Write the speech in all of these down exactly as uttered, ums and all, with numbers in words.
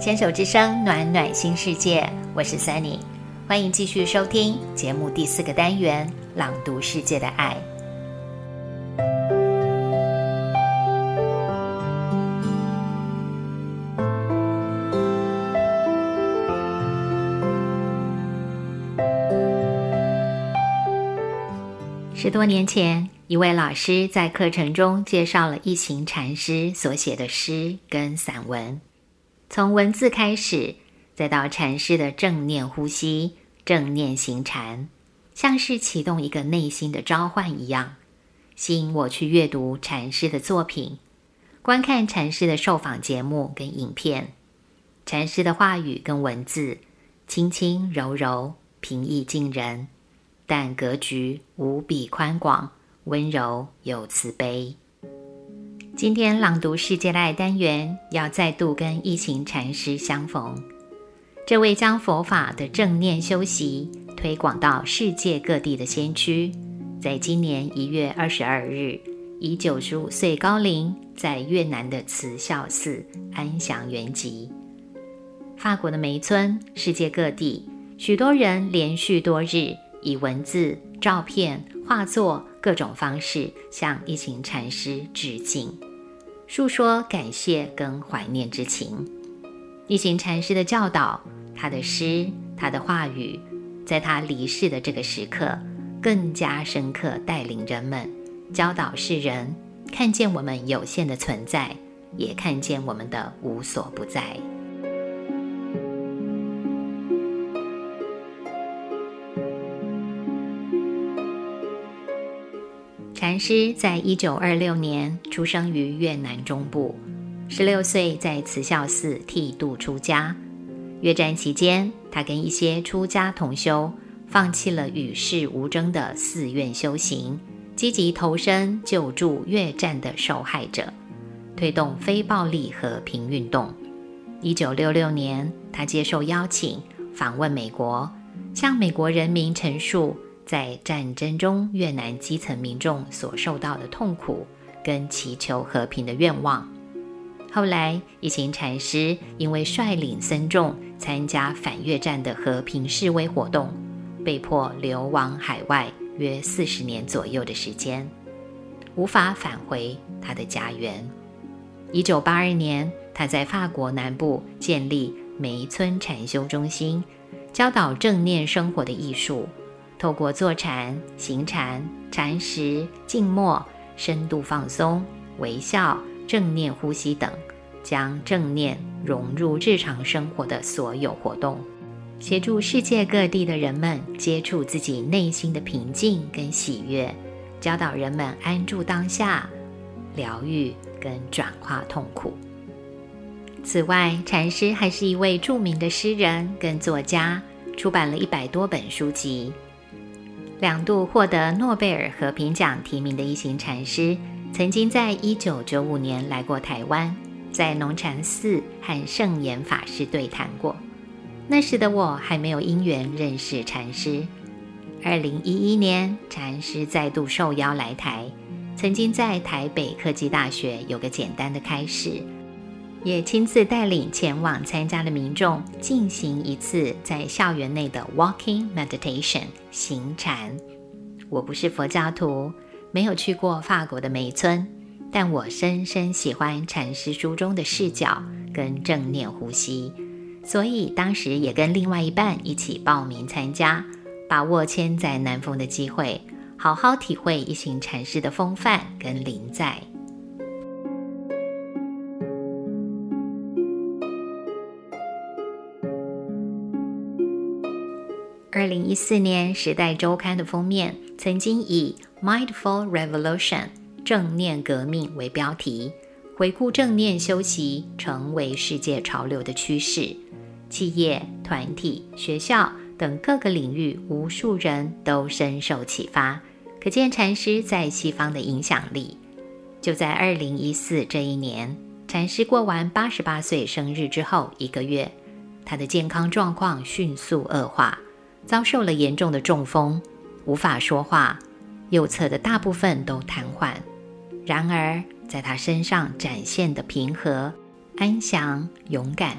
牵手之声，暖暖新世界，我是 Sunny， 欢迎继续收听节目第四个单元，朗读世界的爱。十多年前，一位老师在课程中介绍了一行禅师所写的诗跟散文，从文字开始，再到禅师的正念呼吸、正念行禅，像是启动一个内心的召唤一样，吸引我去阅读禅师的作品，观看禅师的受访节目跟影片。禅师的话语跟文字轻轻柔柔，平易近人，但格局无比宽广，温柔又慈悲。今天朗读世界的爱单元要再度跟一行禅师相逢。这位将佛法的正念修习推广到世界各地的先驱，在今年一月二十二日以九十五岁高龄在越南的慈孝寺安详圆寂。法国的梅村，世界各地许多人连续多日以文字、照片、画作各种方式向一行禅师致敬，述说感谢跟怀念之情。一行禅师的教导，他的诗，他的话语，在他离世的这个时刻更加深刻带领人们，教导世人看见我们有限的存在，也看见我们的无所不在。禅师在一九二六年出生于越南中部，十六岁在慈孝寺剃度出家。越战期间，他跟一些出家同修放弃了与世无争的寺院修行，积极投身救助越战的受害者，推动非暴力和平运动。一九六六年，他接受邀请访问美国，向美国人民陈述在战争中越南基层民众所受到的痛苦跟祈求和平的愿望。后来一行禅师因为率领僧众参加反越战的和平示威活动，被迫流亡海外约四十年左右的时间，无法返回他的家园。一九八二年，他在法国南部建立梅村禅修中心，教导正念生活的艺术，透过坐禅、行禅、禅食、静默、深度放松、微笑、正念呼吸等，将正念融入日常生活的所有活动，协助世界各地的人们接触自己内心的平静跟喜悦，教导人们安住当下，疗愈跟转化痛苦。此外，禅师还是一位著名的诗人跟作家，出版了一百多本书籍。两度获得诺贝尔和平奖提名的一行禅师，曾经在一九九五年来过台湾，在农禅寺和圣严法师对谈过。那时的我还没有因缘认识禅师。二零一一年，禅师再度受邀来台，曾经在台北科技大学有个简单的开示，也亲自带领前往参加的民众进行一次在校园内的 walking meditation 行禅。我不是佛教徒，没有去过法国的梅村，但我深深喜欢禅师书中的视角跟正念呼吸，所以当时也跟另外一半一起报名参加，把握千载难逢的机会，好好体会一行禅师的风范跟临在。二零一四年，《时代周刊》的封面曾经以 Mindful Revolution 正念革命为标题，回顾正念修习成为世界潮流的趋势。企业、团体、学校等各个领域，无数人都深受启发，可见禅师在西方的影响力。就在二零一四这一年，禅师过完八十八岁生日之后一个月，他的健康状况迅速恶化，遭受了严重的中风，无法说话，右侧的大部分都瘫痪。然而在他身上展现的平和、安详、勇敢，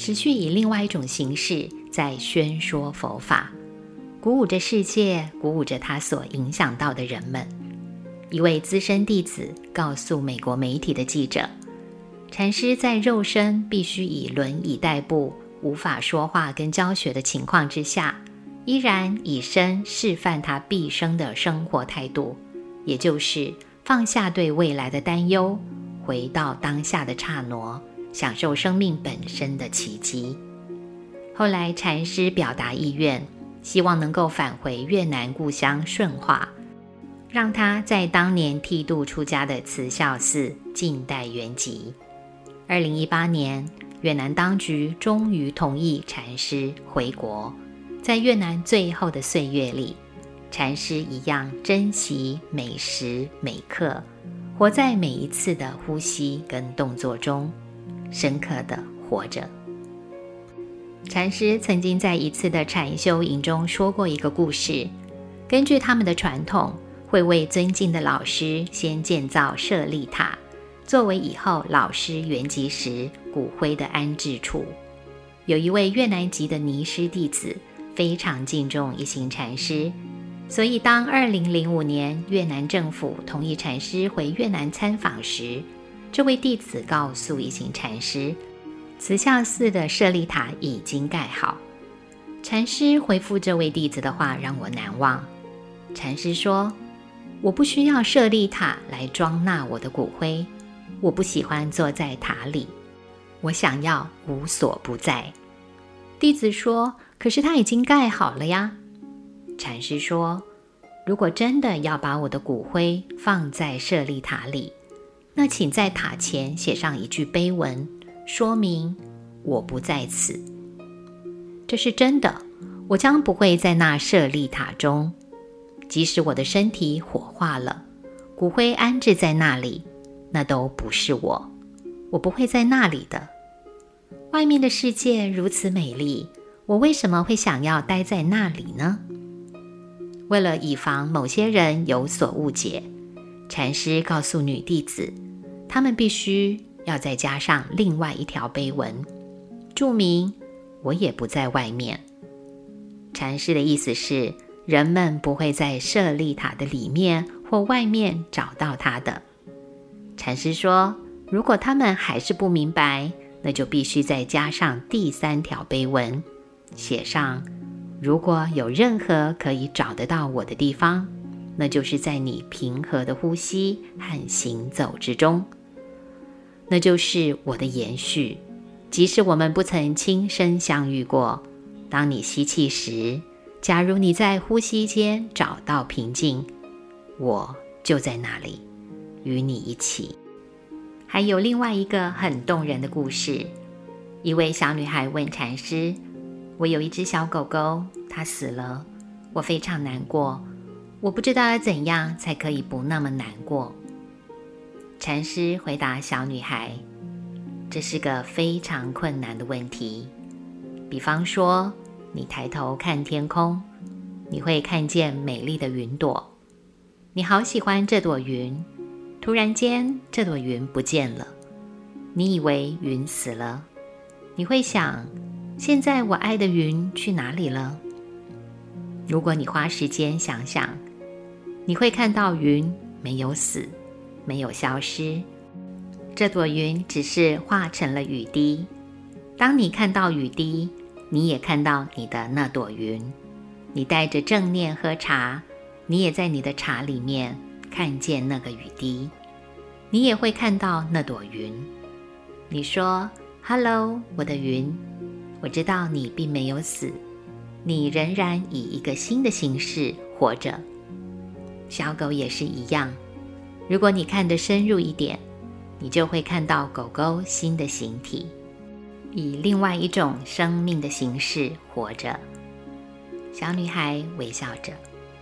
持续以另外一种形式在宣说佛法，鼓舞着世界，鼓舞着他所影响到的人们。一位资深弟子告诉美国媒体的记者，禅师在肉身必须以轮椅代步，无法说话跟教学的情况之下，依然以身示范他毕生的生活态度，也就是放下对未来的担忧，回到当下的刹那，享受生命本身的奇迹。后来禅师表达意愿，希望能够返回越南故乡顺化，让他在当年剃度出家的慈孝寺静待圆寂。二零一八年，越南当局终于同意禅师回国。在越南最后的岁月里，禅师一样珍惜每时每刻，活在每一次的呼吸跟动作中，深刻地活着。禅师曾经在一次的禅修营中说过一个故事，根据他们的传统，会为尊敬的老师先建造舍利塔，作为以后老师圆寂时骨灰的安置处。有一位越南籍的尼师弟子非常敬重一行禅师，所以当二零零五年越南政府同意禅师回越南参访时，这位弟子告诉一行禅师，慈孝寺的舍利塔已经盖好。禅师回复这位弟子的话让我难忘。禅师说，我不需要舍利塔来装纳我的骨灰，我不喜欢坐在塔里，我想要无所不在。弟子说，可是它已经盖好了呀。禅师说，如果真的要把我的骨灰放在舍利塔里，那请在塔前写上一句碑文，说明我不在此。这是真的，我将不会在那舍利塔中，即使我的身体火化了，骨灰安置在那里，那都不是我，我不会在那里的。外面的世界如此美丽，我为什么会想要待在那里呢？为了以防某些人有所误解，禅师告诉女弟子，他们必须要再加上另外一条碑文，注明我也不在外面。禅师的意思是，人们不会在舍利塔的里面或外面找到他的。禅师说，如果他们还是不明白，那就必须再加上第三条碑文，写上，如果有任何可以找得到我的地方，那就是在你平和的呼吸和行走之中，那就是我的延续。即使我们不曾亲身相遇过，当你吸气时，假如你在呼吸间找到平静，我就在那里，与你一起。还有另外一个很动人的故事，一位小女孩问禅师，我有一只小狗狗，它死了，我非常难过，我不知道要怎样才可以不那么难过。禅师回答小女孩，这是个非常困难的问题。比方说，你抬头看天空，你会看见美丽的云朵，你好喜欢这朵云，突然间这朵云不见了，你以为云死了，你会想，现在我爱的云去哪里了？如果你花时间想想，你会看到云没有死，没有消失，这朵云只是化成了雨滴。当你看到雨滴，你也看到你的那朵云。你带着正念喝茶，你也在你的茶里面看见那个雨滴，你也会看到那朵云。你说 Hello 我的云，我知道你并没有死，你仍然以一个新的形式活着。小狗也是一样，如果你看得深入一点，你就会看到狗狗新的形体，以另外一种生命的形式活着。小女孩微笑着。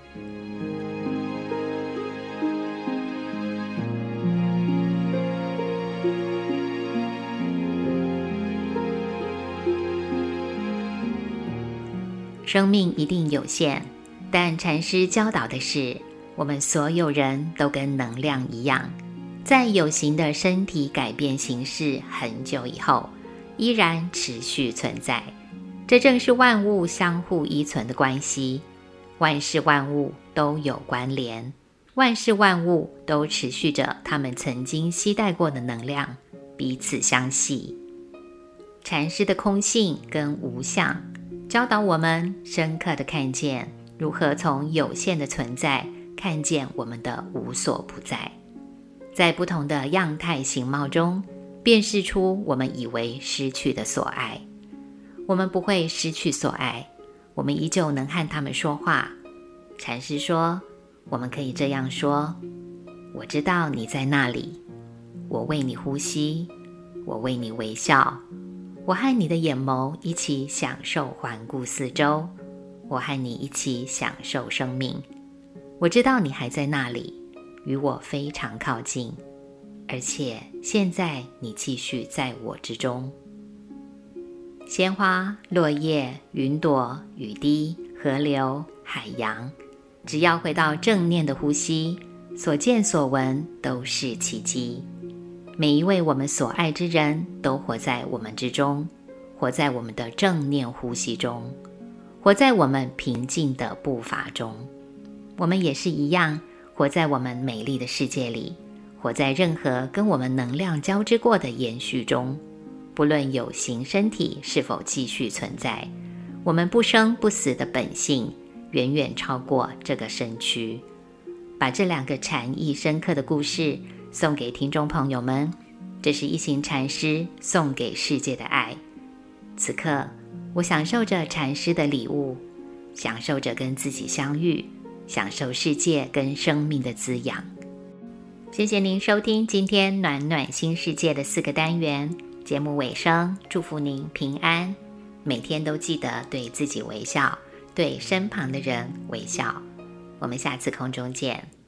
生命一定有限，但禅师教导的是，我们所有人都跟能量一样，在有形的身体改变形式很久以后， 依然持续存在。这正是万物相互依存的关系，万事万物都有关联，万事万物都持续着他们曾经携带过的能量，彼此相系。禅师的空性跟无相，教导我们深刻地看见如何从有限的存在看见我们的无所不在，在不同的样态形貌中辨识出我们以为失去的所爱。我们不会失去所爱，我们依旧能和他们说话。禅师说，我们可以这样说：我知道你在那里，我为你呼吸，我为你微笑，我和你的眼眸一起享受环顾四周，我和你一起享受生命。我知道你还在那里，与我非常靠近，而且现在你继续在我之中。鲜花、落叶、云朵、雨滴、河流、海洋，只要回到正念的呼吸，所见所闻都是奇迹。每一位我们所爱之人都活在我们之中，活在我们的正念呼吸中，活在我们平静的步伐中。我们也是一样，活在我们美丽的世界里，活在任何跟我们能量交织过的延续中。不论有形身体是否继续存在，我们不生不死的本性远远超过这个身躯。把这两个禅意深刻的故事送给听众朋友们，这是一行禅师送给世界的爱。此刻我享受着禅师的礼物，享受着跟自己相遇，享受世界跟生命的滋养。谢谢您收听今天暖暖新世界的四个单元。节目尾声，祝福您平安，每天都记得对自己微笑，对身旁的人微笑。我们下次空中见。